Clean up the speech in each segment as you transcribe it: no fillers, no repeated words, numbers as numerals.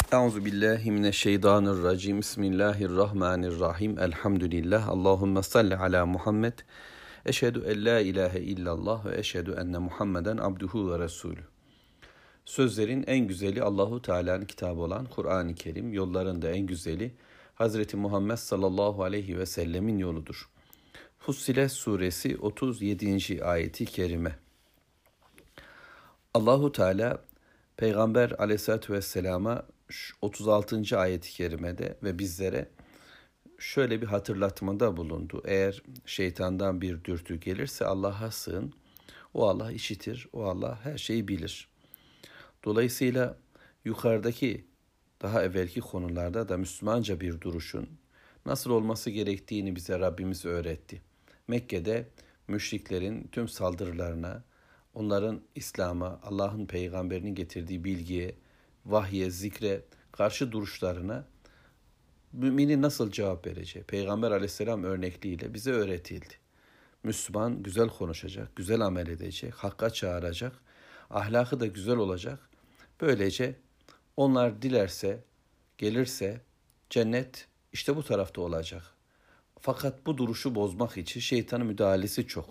Euzu billahi mineşşeytanirracim. Bismillahirrahmanirrahim. Elhamdülillah. Allahumme salli ala Muhammed. Eşhedü en la ilahe illallah ve eşhedü enne Muhammeden abduhu ve resulü. Sözlerin en güzeli Allahu Teala'nın kitabı olan Kur'an-ı Kerim, yolların da en güzeli Hazreti Muhammed sallallahu aleyhi ve sellemin yoludur. Fussilet suresi 37. ayeti kerime. Allahu Teala Peygamber aleyhissalatü vesselama 36. ayet-i kerimede ve bizlere şöyle bir hatırlatmada bulundu. Eğer şeytandan bir dürtü gelirse Allah'a sığın. O Allah işitir, o Allah her şeyi bilir. Dolayısıyla yukarıdaki daha evvelki konularda da Müslümanca bir duruşun nasıl olması gerektiğini bize Rabbimiz öğretti. Mekke'de müşriklerin tüm saldırılarına, onların İslam'a, Allah'ın peygamberinin getirdiği bilgiye, vahye, zikre karşı duruşlarına müminin nasıl cevap vereceği, Peygamber aleyhisselam örnekliğiyle bize öğretildi. Müslüman güzel konuşacak, güzel amel edecek, hakka çağıracak, ahlakı da güzel olacak. Böylece onlar dilerse, gelirse cennet işte bu tarafta olacak. Fakat bu duruşu bozmak için şeytanın müdahalesi çok.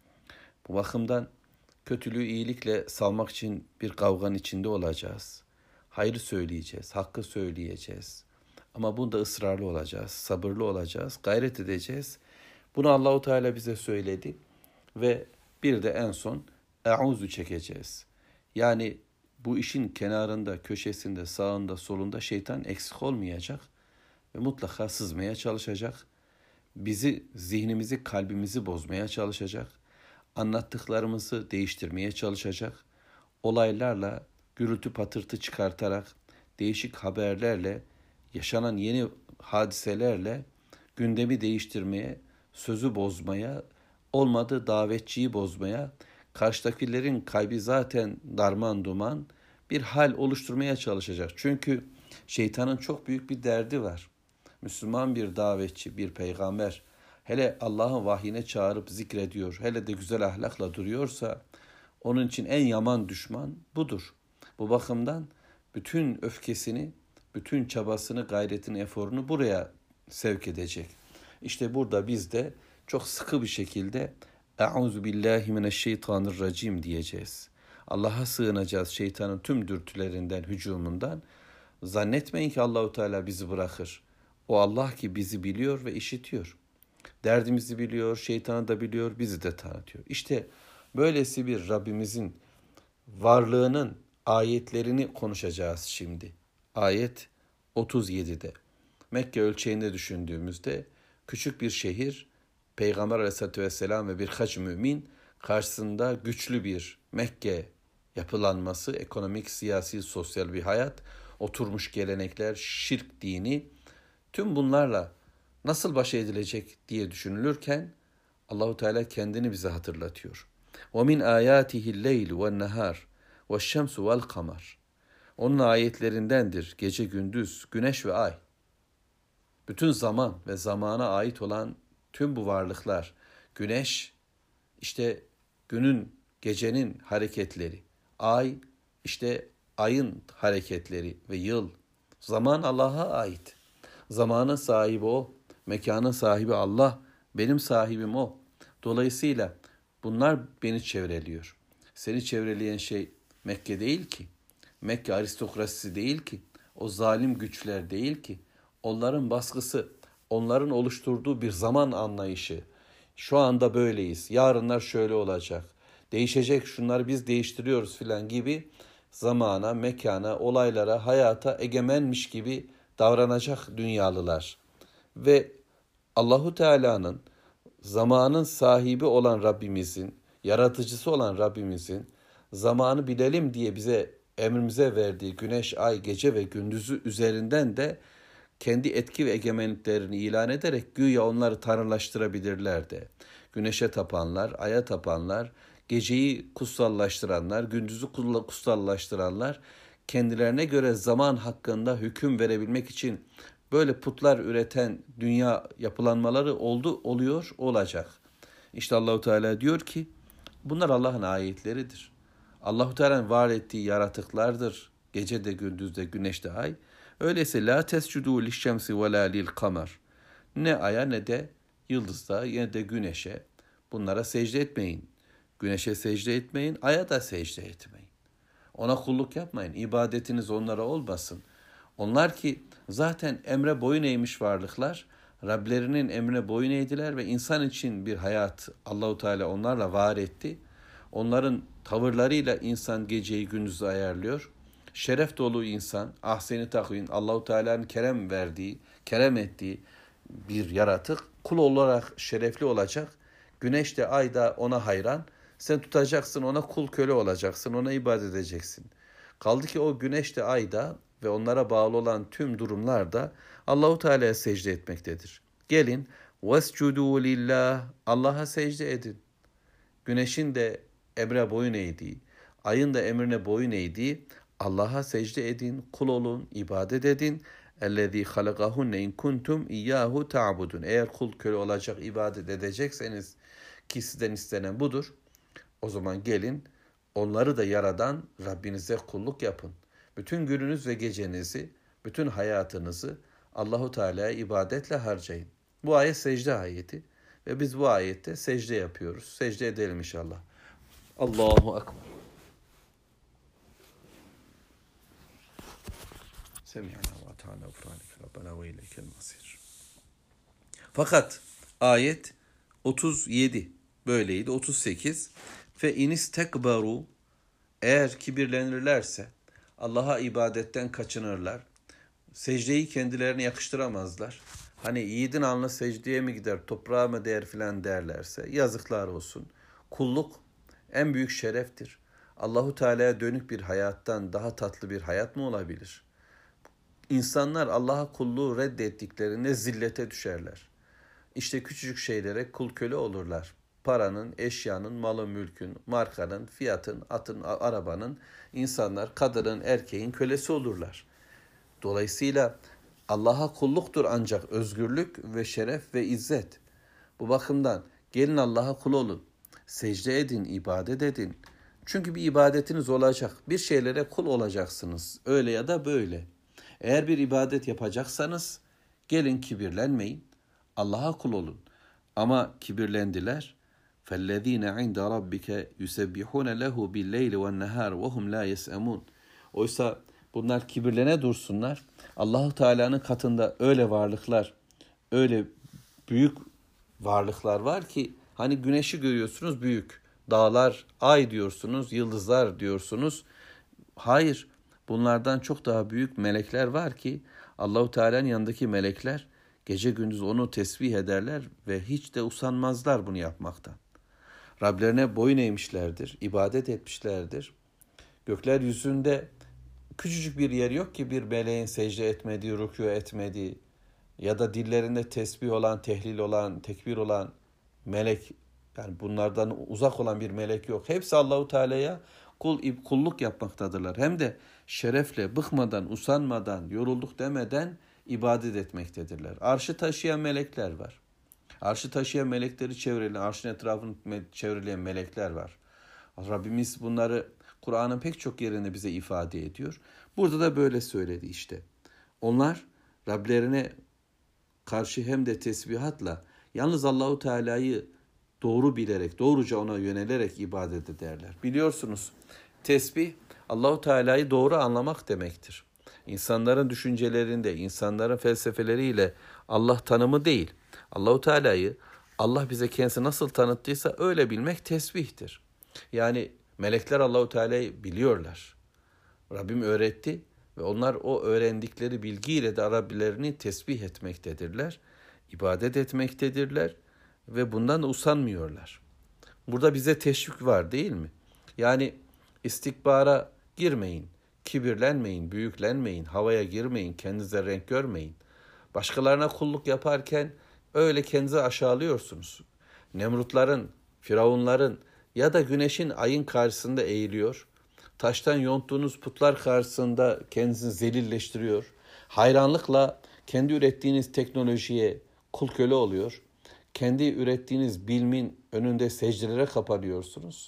Bu bakımdan kötülüğü iyilikle salmak için bir kavganın içinde olacağız. Hayrı söyleyeceğiz, hakkı söyleyeceğiz. Ama bunda ısrarlı olacağız, sabırlı olacağız, gayret edeceğiz. Bunu Allahu Teala bize söyledi ve bir de en son e'uzu çekeceğiz. Yani bu işin kenarında, köşesinde, sağında, solunda şeytan eksik olmayacak ve mutlaka sızmaya çalışacak. Bizi, zihnimizi, kalbimizi bozmaya çalışacak. Anlattıklarımızı değiştirmeye çalışacak. Olaylarla, gürültü patırtı çıkartarak, değişik haberlerle, yaşanan yeni hadiselerle gündemi değiştirmeye, sözü bozmaya, olmadı davetçiyi bozmaya, karşıdakilerin kalbi zaten darman duman bir hal oluşturmaya çalışacak. Çünkü şeytanın çok büyük bir derdi var. Müslüman bir davetçi, bir peygamber, hele Allah'ın vahyine çağırıp zikrediyor, hele de güzel ahlakla duruyorsa, onun için en yaman düşman budur. Bu bakımdan bütün öfkesini, bütün çabasını, gayretini, eforunu buraya sevk edecek. İşte burada biz de çok sıkı bir şekilde Euzu billahi mineşşeytanirracim diyeceğiz. Allah'a sığınacağız şeytanın tüm dürtülerinden, hücumundan. Zannetmeyin ki Allahu Teala bizi bırakır. O Allah ki bizi biliyor ve işitiyor. Derdimizi biliyor, şeytanı da biliyor, bizi de tanıtıyor. İşte böylesi bir Rabbimizin varlığının ayetlerini konuşacağız şimdi. Ayet 37'de. Mekke ölçeğinde düşündüğümüzde küçük bir şehir, Peygamber aleyhissalatü vesselam ve birkaç mümin karşısında güçlü bir Mekke yapılanması, ekonomik, siyasi, sosyal bir hayat, oturmuş gelenekler, şirk dini, tüm bunlarla nasıl baş edilecek diye düşünülürken Allahu Teala kendini bize hatırlatıyor. وَمِنْ آيَاتِهِ اللَّيْلُ وَالنَّهَارُ وَالشَّمْسُ وَالْقَمَرُ. Onun ayetlerindendir gece gündüz, güneş ve ay. Bütün zaman ve zamana ait olan tüm bu varlıklar, güneş işte günün, gecenin hareketleri, ay işte ayın hareketleri ve yıl. Zaman Allah'a ait. Zamanın sahibi o, mekanın sahibi Allah, benim sahibim o. Dolayısıyla bunlar beni çevreliyor. Seni çevreleyen şey Mekke değil ki. Mekke aristokrasisi değil ki. O zalim güçler değil ki. Onların baskısı, onların oluşturduğu bir zaman anlayışı. Şu anda böyleyiz, yarınlar şöyle olacak, değişecek, şunları biz değiştiriyoruz filan gibi zamana, mekana, olaylara, hayata egemenmiş gibi davranacak dünyalılar. Ve Allahu Teala'nın, zamanın sahibi olan Rabbimizin, yaratıcısı olan Rabbimizin zamanı bilelim diye bize emrimize verdiği güneş, ay, gece ve gündüzü üzerinden de kendi etki ve egemenliklerini ilan ederek güya onları tanrılaştırabilirler de. Güneşe tapanlar, aya tapanlar, geceyi kutsallaştıranlar, gündüzü kutsallaştıranlar, kendilerine göre zaman hakkında hüküm verebilmek için böyle putlar üreten dünya yapılanmaları oluyor, olacak. İşte Allahu Teala diyor ki bunlar Allah'ın ayetleridir. Allahu Teala'nın var ettiği yaratıklardır. Gece de gündüz de güneş de ay. Öyleyse la tescudu lişşemsi ve la lil kamer. Ne aya ne de yıldızda ne de güneşe bunlara secde etmeyin. Güneşe secde etmeyin, aya da secde etmeyin. Ona kulluk yapmayın. İbadetiniz onlara olmasın. Onlar ki zaten emre boyun eğmiş varlıklar, Rablerinin emrine boyun eğdiler ve insan için bir hayat Allahu Teala onlarla var etti. Onların tavırlarıyla insan geceyi gündüzü ayarlıyor. Şeref dolu insan, ahseni takvim, Allahu Teala'nın kerem ettiği bir yaratık kul olarak şerefli olacak. Güneş de ay da ona hayran. Sen tutacaksın, ona kul köle olacaksın, ona ibadet edeceksin. Kaldı ki o güneş de ay da ve onlara bağlı olan tüm durumlarda Allahu Teala'ya secde etmektedir. Gelin vescudu lillah, Allah'a secde edin. Güneşin de emre boyun eğdiği, ayın da emrine boyun eğdiği Allah'a secde edin, kul olun, ibadet edin. اَلَّذ۪ي خَلَقَهُنَّ اِنْ كُنْتُمْ اِيَّاهُ تَعْبُدُونَ. Eğer kul köle olacak, ibadet edecekseniz ki sizden istenen budur. O zaman gelin onları da yaradan Rabbinize kulluk yapın. Bütün gününüz ve gecenizi, bütün hayatınızı Allahu Teala'ya ibadetle harcayın. Bu ayet secde ayeti ve biz bu ayette secde yapıyoruz. Secde edelim inşallah. Allahu Ekber. Semihana ve Teala ufranik Rabbena ve ileykel masir. Fakat ayet 37 böyleydi. 38 fe inistekbaru, eğer kibirlenirlerse, Allah'a ibadetten kaçınırlar, secdeyi kendilerine yakıştıramazlar. Hani yiğidin alnı secdeye mi gider, toprağa mı değer filan derlerse yazıklar olsun. Kulluk en büyük şereftir. Allahu Teala'ya dönük bir hayattan daha tatlı bir hayat mı olabilir? İnsanlar Allah'a kulluğu reddettiklerinde zillete düşerler. İşte küçücük şeylere kul köle olurlar. Paranın, eşyanın, malın, mülkün, markanın, fiyatın, atın, arabanın, insanlar, kadının, erkeğin kölesi olurlar. Dolayısıyla Allah'a kulluktur ancak özgürlük ve şeref ve izzet. Bu bakımdan gelin Allah'a kul olun, secde edin, ibadet edin. Çünkü bir ibadetiniz olacak, bir şeylere kul olacaksınız, öyle ya da böyle. Eğer bir ibadet yapacaksanız gelin kibirlenmeyin, Allah'a kul olun. Ama kibirlendiler. فَالَّذ۪ينَ عِنْدَ رَبِّكَ يُسَبِّحُونَ لَهُ بِالْلَيْلِ وَالنَّهَارِ وَهُمْ لَا يَسْأَمُونَ. Oysa bunlar kibirlene dursunlar. Allah-u Teala'nın katında öyle varlıklar, öyle büyük varlıklar var ki, hani güneşi görüyorsunuz büyük, dağlar, ay diyorsunuz, yıldızlar diyorsunuz. Hayır, bunlardan çok daha büyük melekler var ki Allah-u Teala'nın yanındaki melekler gece gündüz onu tesbih ederler ve hiç de usanmazlar bunu yapmaktan. Rablerine boyun eğmişlerdir, ibadet etmişlerdir. Gökler yüzünde küçücük bir yer yok ki bir meleğin secde etmediği, rükû etmediği ya da dillerinde tesbih olan, tehlil olan, tekbir olan melek, yani bunlardan uzak olan bir melek yok. Hepsi Allahu Teala'ya kulluk yapmaktadırlar. Hem de şerefle, bıkmadan, usanmadan, yorulduk demeden ibadet etmektedirler. Arşı taşıyan melekler var. Arşı taşıyan melekleri çevreleyen, arşın etrafını çevreleyen melekler var. Rabbimiz bunları Kur'an'ın pek çok yerinde bize ifade ediyor. Burada da böyle söyledi işte. Onlar Rablerine karşı hem de tesbihatla yalnız Allahu Teala'yı doğru bilerek, doğruca ona yönelerek ibadet ederler. Biliyorsunuz tesbih Allahu Teala'yı doğru anlamak demektir. İnsanların düşüncelerinde, insanların felsefeleriyle Allah tanımı değil. Allahu Teala'yı Allah bize kendisi nasıl tanıttıysa öyle bilmek tesbihtir. Yani melekler Allahu Teala'yı biliyorlar. Rabbim öğretti ve onlar o öğrendikleri bilgiyle de Rablerini tesbih etmektedirler, ibadet etmektedirler ve bundan da usanmıyorlar. Burada bize teşvik var değil mi? Yani istikbara girmeyin, kibirlenmeyin, büyüklenmeyin, havaya girmeyin, kendinize renk görmeyin. Başkalarına kulluk yaparken öyle kendinizi aşağılıyorsunuz. Nemrutların, firavunların ya da güneşin, ayın karşısında eğiliyor. Taştan yonttuğunuz putlar karşısında kendinizi zelilleştiriyor. Hayranlıkla kendi ürettiğiniz teknolojiye kul köle oluyor. Kendi ürettiğiniz bilimin önünde secdelere kapanıyorsunuz.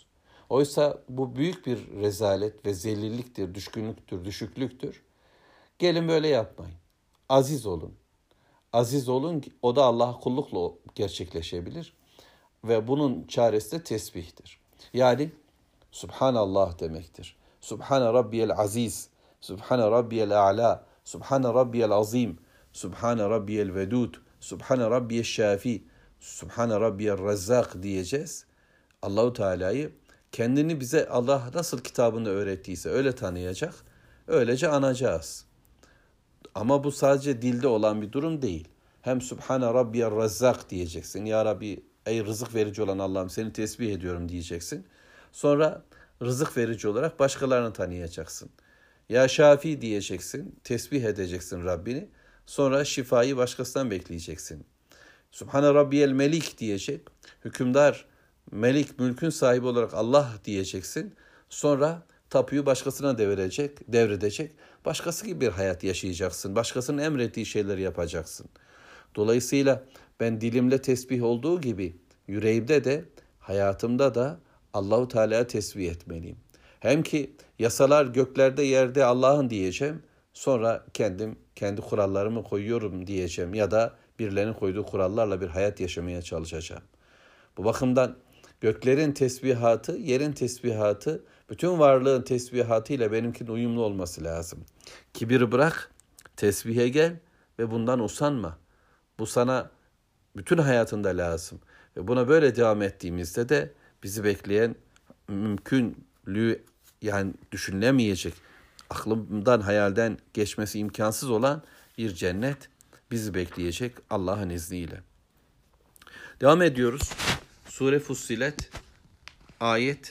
Oysa bu büyük bir rezalet ve zelilliktir, düşkünlüktür, düşüklüktür. Gelin böyle yapmayın. Aziz olun. Aziz olun ki o da Allah'a kullukla gerçekleşebilir. Ve bunun çaresi de tesbihtir. Yani Subhanallah demektir. Subhane Rabbiyel Aziz, Subhane Rabbiyel A'la, Subhane Rabbiyel Azim, Subhane Rabbiyel Vedud, Subhane Rabbiyel Şafi, Subhane Rabbiyel Rezzak diyeceğiz. Allahu Teala'yı kendini bize Allah nasıl kitabında öğrettiyse öyle tanıyacak, öylece anacağız. Ama bu sadece dilde olan bir durum değil. Hem Subhane Rabbiyel Rezzak diyeceksin. Ya Rabbi, ey rızık verici olan Allah'ım seni tesbih ediyorum diyeceksin. Sonra rızık verici olarak başkalarını tanıyacaksın. Ya Şafi diyeceksin, tesbih edeceksin Rabbini. Sonra şifayı başkasından bekleyeceksin. Subhane Rabbiyel Melik diyecek. Hükümdar, melik, mülkün sahibi olarak Allah diyeceksin. Sonra tapuyu başkasına devredecek. Başkası gibi bir hayat yaşayacaksın. Başkasının emrettiği şeyleri yapacaksın. Dolayısıyla ben dilimle tesbih olduğu gibi yüreğimde de hayatımda da Allahu Teala'ya tesbih etmeliyim. Hem ki yasalar göklerde yerde Allah'ın diyeceğim. Sonra kendi kurallarımı koyuyorum diyeceğim ya da birilerinin koyduğu kurallarla bir hayat yaşamaya çalışacağım. Bu bakımdan göklerin tesbihatı, yerin tesbihatı, bütün varlığın tesbihatı ile benimkinin uyumlu olması lazım. Kibiri bırak, tesbihe gel ve bundan usanma. Bu sana bütün hayatında lazım. Ve buna böyle devam ettiğimizde de bizi bekleyen mümkünlüğü yani düşünülemeyecek, aklımdan hayalden geçmesi imkansız olan bir cennet bizi bekleyecek Allah'ın izniyle. Devam ediyoruz. Sure Fussilet ayet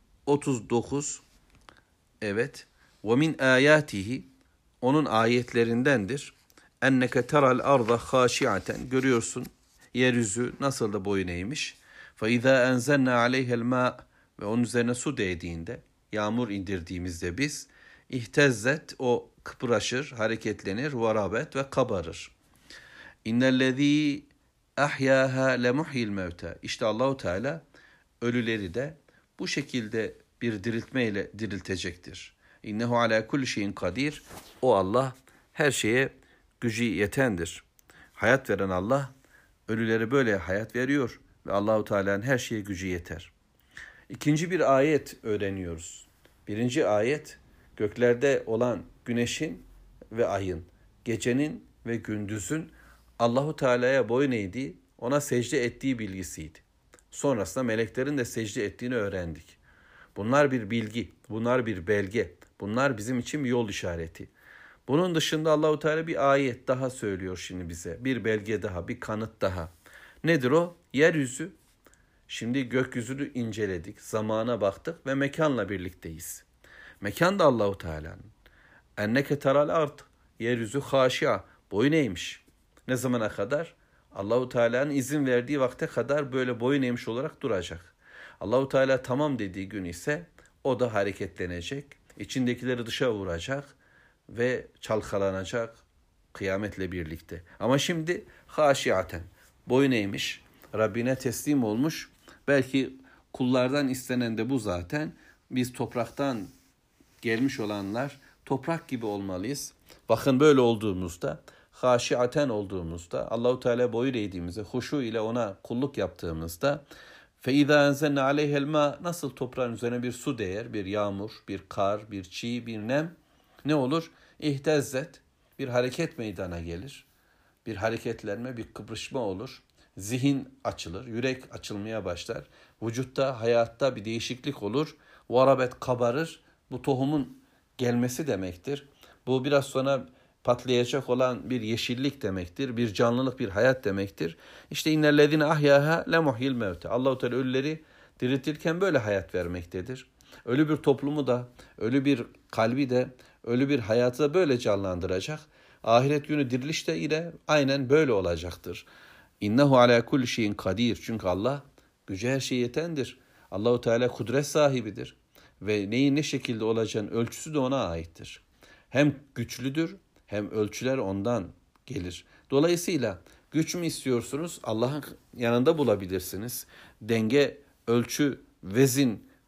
39. Evet. وَمِنْ آيَاتِهِ onun ayetlerindendir. Enneke teral arda haşiaten görüyorsun yeryüzü nasıl da boyun eğmiş. Fe izâ enzelnâ aleyhel mâ ve onun üzerine su değdiğinde yağmur indirdiğimizde biz ihtezzet o kıpıraşır, hareketlenir, varabet ve kabarır. İnnellezî ahyâhâ lemuhyil mevtâ. İşte Allahu Teala ölüleri de bu şekilde bir diriltmeyle diriltecektir. İnnehu alâ kulli şeyin kadir. O Allah her şeye gücü yetendir. Hayat veren Allah ölüleri böyle hayat veriyor ve Allahu Teala'nın her şeye gücü yeter. İkinci bir ayet öğreniyoruz. Birinci ayet göklerde olan güneşin ve ayın, gecenin ve gündüzün Allahu Teala'ya boyun eğdiği, ona secde ettiği bilgisiydi. Sonrasında meleklerin de secde ettiğini öğrendik. Bunlar bir bilgi, bunlar bir belge, bunlar bizim için bir yol işareti. Bunun dışında Allahu Teala bir ayet daha söylüyor şimdi bize. Bir belge daha, bir kanıt daha. Nedir o? Yeryüzü. Şimdi gökyüzünü inceledik, zamana baktık ve mekanla birlikteyiz. Mekan da Allahu Teala'nın. Enneke teral ard. Yeryüzü haşia, boyun eğmiş. Ne zamana kadar? Allahu Teala'nın izin verdiği vakte kadar böyle boyun eğmiş olarak duracak. Allahu Teala tamam dediği gün ise o da hareketlenecek, içindekileri dışa vuracak ve çalkalanacak kıyametle birlikte. Ama şimdi haşiaten, boyun eğmiş, Rabbine teslim olmuş. Belki kullardan istenen de bu zaten. Biz topraktan gelmiş olanlar toprak gibi olmalıyız. Bakın böyle olduğumuzda, haşiaten olduğumuzda, Allahu Teala boyun eğdiğimizde, huşu ile ona kulluk yaptığımızda فَاِذَا اَنْزَلْنَا عَلَيْهَ الْمَا nasıl toprağın üzerine bir su değer, bir yağmur, bir kar, bir çiğ, bir nem ne olur? İhtezzet, bir hareket meydana gelir. Bir hareketlenme, bir kıpırışma olur. Zihin açılır, yürek açılmaya başlar. Vücutta, hayatta bir değişiklik olur. Varabet kabarır. Bu tohumun gelmesi demektir. Bu biraz sonra patlayacak olan bir yeşillik demektir. Bir canlılık, bir hayat demektir. İşte innellezine ahyâhâ lemuhyil mevte. Allah-u Teala ölüleri diriltirken böyle hayat vermektedir. Ölü bir toplumu da, ölü bir kalbi de, ölü bir hayatı da böyle canlandıracak. Ahiret günü diriliş de yine aynen böyle olacaktır. İnnehu ala kulli şeyin kadir. Çünkü Allah gücü her şeye yetendir. Allahu Teala kudret sahibidir. Ve neyin ne şekilde olacağının ölçüsü de ona aittir. Hem güçlüdür hem ölçüler ondan gelir. Dolayısıyla güç mü istiyorsunuz? Allah'ın yanında bulabilirsiniz. Denge, ölçü, vezin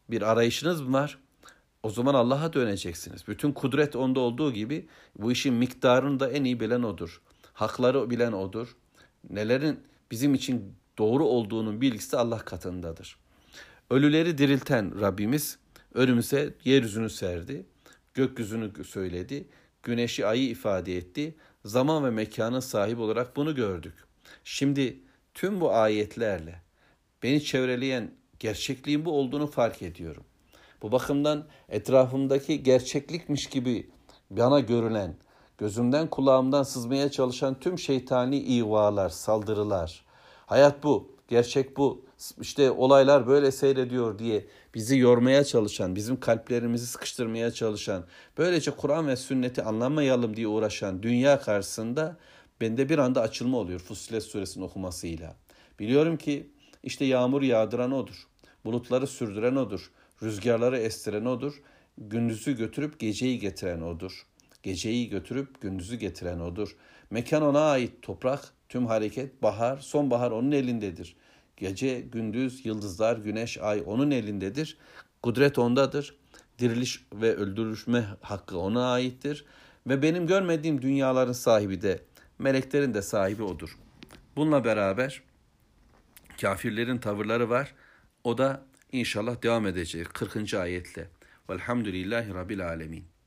Bir arayışınız mı var? O zaman Allah'a döneceksiniz. Bütün kudret onda olduğu gibi bu işin miktarını da en iyi bilen odur. Hakları bilen odur. Nelerin bizim için doğru olduğunun bilgisi Allah katındadır. Ölüleri dirilten Rabbimiz önümüze yeryüzünü serdi. Gökyüzünü söyledi. Güneşi, ayı ifade etti. Zaman ve mekanın sahibi olarak bunu gördük. Şimdi tüm bu ayetlerle beni çevreleyen gerçekliğin bu olduğunu fark ediyorum. Bu bakımdan etrafımdaki gerçeklikmiş gibi bana görülen, gözümden kulağımdan sızmaya çalışan tüm şeytani ihvalar, saldırılar, hayat bu, gerçek bu, işte olaylar böyle seyrediyor diye bizi yormaya çalışan, bizim kalplerimizi sıkıştırmaya çalışan, böylece Kur'an ve sünneti anlamayalım diye uğraşan dünya karşısında bende bir anda açılma oluyor Fussilet suresinin okumasıyla. Biliyorum ki işte yağmur yağdıran odur, bulutları sürdüren odur, rüzgarları estiren odur, gündüzü götürüp geceyi getiren odur. Geceyi götürüp gündüzü getiren odur. Mekan ona ait, toprak, tüm hareket, bahar, sonbahar onun elindedir. Gece, gündüz, yıldızlar, güneş, ay onun elindedir. Kudret ondadır. Diriliş ve öldürülme hakkı ona aittir. Ve benim görmediğim dünyaların sahibi de, meleklerin de sahibi odur. Bununla beraber kafirlerin tavırları var. O da İnşallah devam edecek 40. ayetle. Velhamdülillahi Rabbil alemin.